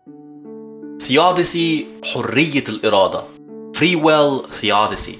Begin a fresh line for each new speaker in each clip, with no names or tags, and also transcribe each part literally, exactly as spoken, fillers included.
ثيوديسي حرية الإرادة Free Will Theodicy.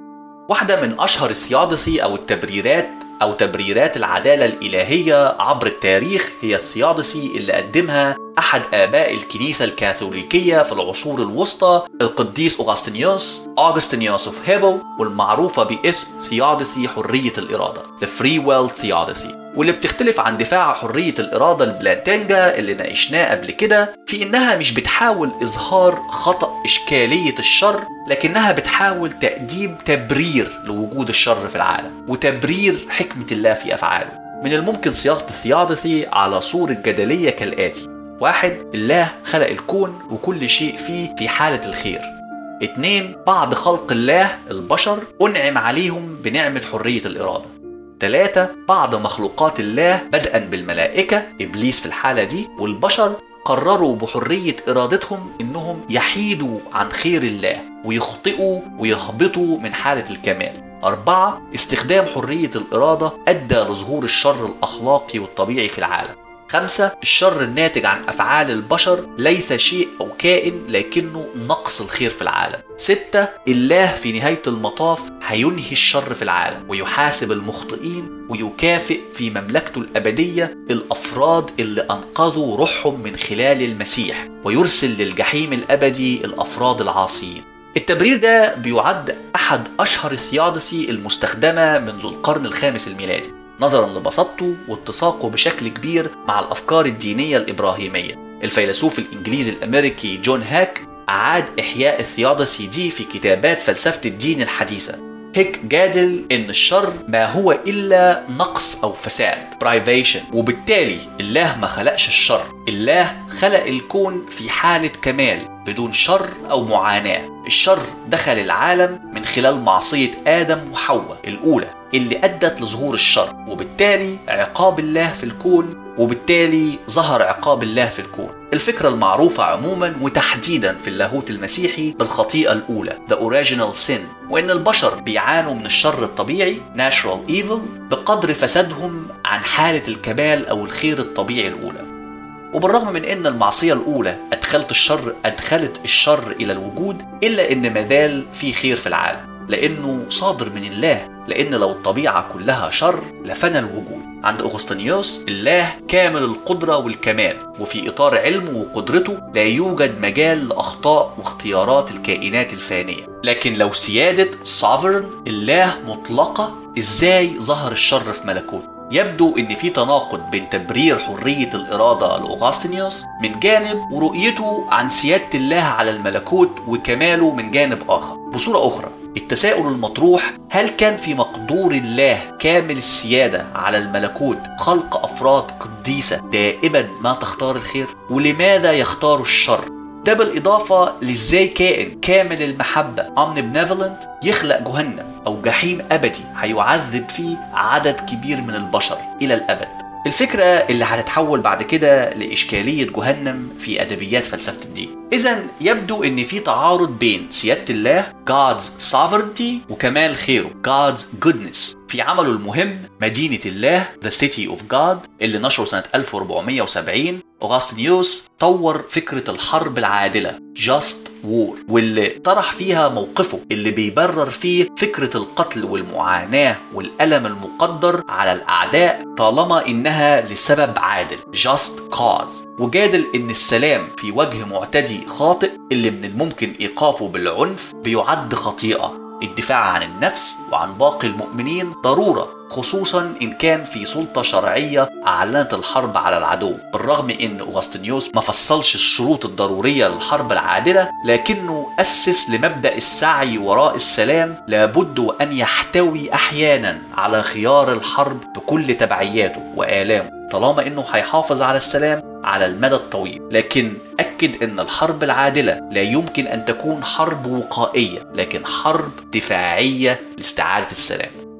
واحدة من أشهر الثيوديسي أو التبريرات أو تبريرات العدالة الإلهية عبر التاريخ هي الثيوديسي اللي قدمها أحد آباء الكنيسة الكاثوليكية في العصور الوسطى القديس أوغسطينيوس أوغسطينيوس of Hippo، والمعروفة باسم ثيوديسي حرية الإرادة The Free Will Theodicy، واللي بتختلف عن دفاع حرية الإرادة البلاتينجا اللي ناقشناه قبل كده في إنها مش بتحاول إظهار خطأ إشكالية الشر، لكنها بتحاول تقديم تبرير لوجود الشر في العالم وتبرير حكمة الله في أفعاله. من الممكن صياغة الثيوديسي على صورة جدلية كالآتي: واحد، الله خلق الكون وكل شيء فيه في حالة الخير. اتنين، بعد خلق الله البشر أنعم عليهم بنعمة حرية الإرادة. ثلاثة، بعض مخلوقات الله بدءا بالملائكة إبليس في الحالة دي والبشر قرروا بحرية إرادتهم إنهم يحيدوا عن خير الله ويخطئوا ويهبطوا من حالة الكمال. أربعة، استخدام حرية الإرادة أدى لظهور الشر الأخلاقي والطبيعي في العالم. خمسة، الشر الناتج عن أفعال البشر ليس شيء أو كائن لكنه نقص الخير في العالم. ستة، الله في نهاية المطاف هينهي الشر في العالم ويحاسب المخطئين ويكافئ في مملكته الأبدية الأفراد اللي أنقذوا روحهم من خلال المسيح ويرسل للجحيم الأبدي الأفراد العاصيين. التبرير ده بيعد أحد أشهر الثيوديسي المستخدمة منذ القرن الخامس الميلادي، نظرا لبساطته واتساقه بشكل كبير مع الأفكار الدينية الإبراهيمية. الفيلسوف الإنجليزي الأمريكي جون هاك أعاد إحياء الثيوديسي دي في كتابات فلسفة الدين الحديثة. هيك جادل إن الشر ما هو إلا نقص أو فساد privation، وبالتالي الله ما خلقش الشر، الله خلق الكون في حالة كمال بدون شر أو معاناة. الشر دخل العالم من خلال معصية آدم وحواء الأولى اللي أدت لظهور الشر، وبالتالي عقاب الله في الكون، وبالتالي ظهر عقاب الله في الكون. الفكرة المعروفة عموما وتحديدا في اللاهوت المسيحي بالخطيئة الأولى The Original Sin، وإن البشر بيعانوا من الشر الطبيعي Natural Evil بقدر فسادهم عن حالة الكمال أو الخير الطبيعي الأولى. وبالرغم من أن المعصية الأولى أدخلت الشر أدخلت الشر إلى الوجود، إلا أن مازال في خير في العالم لأنه صادر من الله، لأن لو الطبيعة كلها شر لفنى الوجود. عند أوغسطينيوس الله كامل القدرة والكمال، وفي إطار علمه وقدرته لا يوجد مجال لأخطاء واختيارات الكائنات الفانية. لكن لو سيادة sovereign الله مطلقة، إزاي ظهر الشر في ملكوته؟ يبدو ان في تناقض بين تبرير حرية الإرادة لأوغسطينيوس من جانب ورؤيته عن سيادة الله على الملكوت وكماله من جانب آخر. بصورة أخرى، التساؤل المطروح: هل كان في مقدور الله كامل السيادة على الملكوت خلق أفراد قديسة دائما ما تختار الخير؟ ولماذا يختار الشر؟ ده بالإضافة لإزاي كائن كامل المحبة omnibenevolent يخلق جهنم أو جحيم أبدي هيعذب فيه عدد كبير من البشر إلى الأبد. الفكرة اللي هتتحول بعد كده لإشكالية جهنم في أدبيات فلسفة الدين. إذن يبدو إن في تعارض بين سيادة الله God's sovereignty وكمال خيره God's goodness في عمله المهم مدينة الله The City of God اللي نشره سنة ألف وأربعمية وسبعين. أوغسطينيوس طور فكرة الحرب العادلة Just War، واللي طرح فيها موقفه اللي بيبرر فيه فكرة القتل والمعاناة والألم المقدر على الأعداء طالما إنها لسبب عادل Just Cause، وجادل إن السلام في وجه معتدي خاطئ اللي من الممكن إيقافه بالعنف بيعد خطيئة. الدفاع عن النفس وعن باقي المؤمنين ضرورة، خصوصا إن كان في سلطة شرعية أعلنت الحرب على العدو. بالرغم إن أوغسطينيوس ما فصلش الشروط الضرورية للحرب العادلة، لكنه أسس لمبدأ السعي وراء السلام لابد وأن يحتوي أحيانا على خيار الحرب بكل تبعياته وآلامه طالما إنه هيحافظ على السلام على المدى الطويل. لكن أكد أن الحرب العادلة لا يمكن أن تكون حرب وقائية، لكن حرب دفاعية لاستعادة السلام.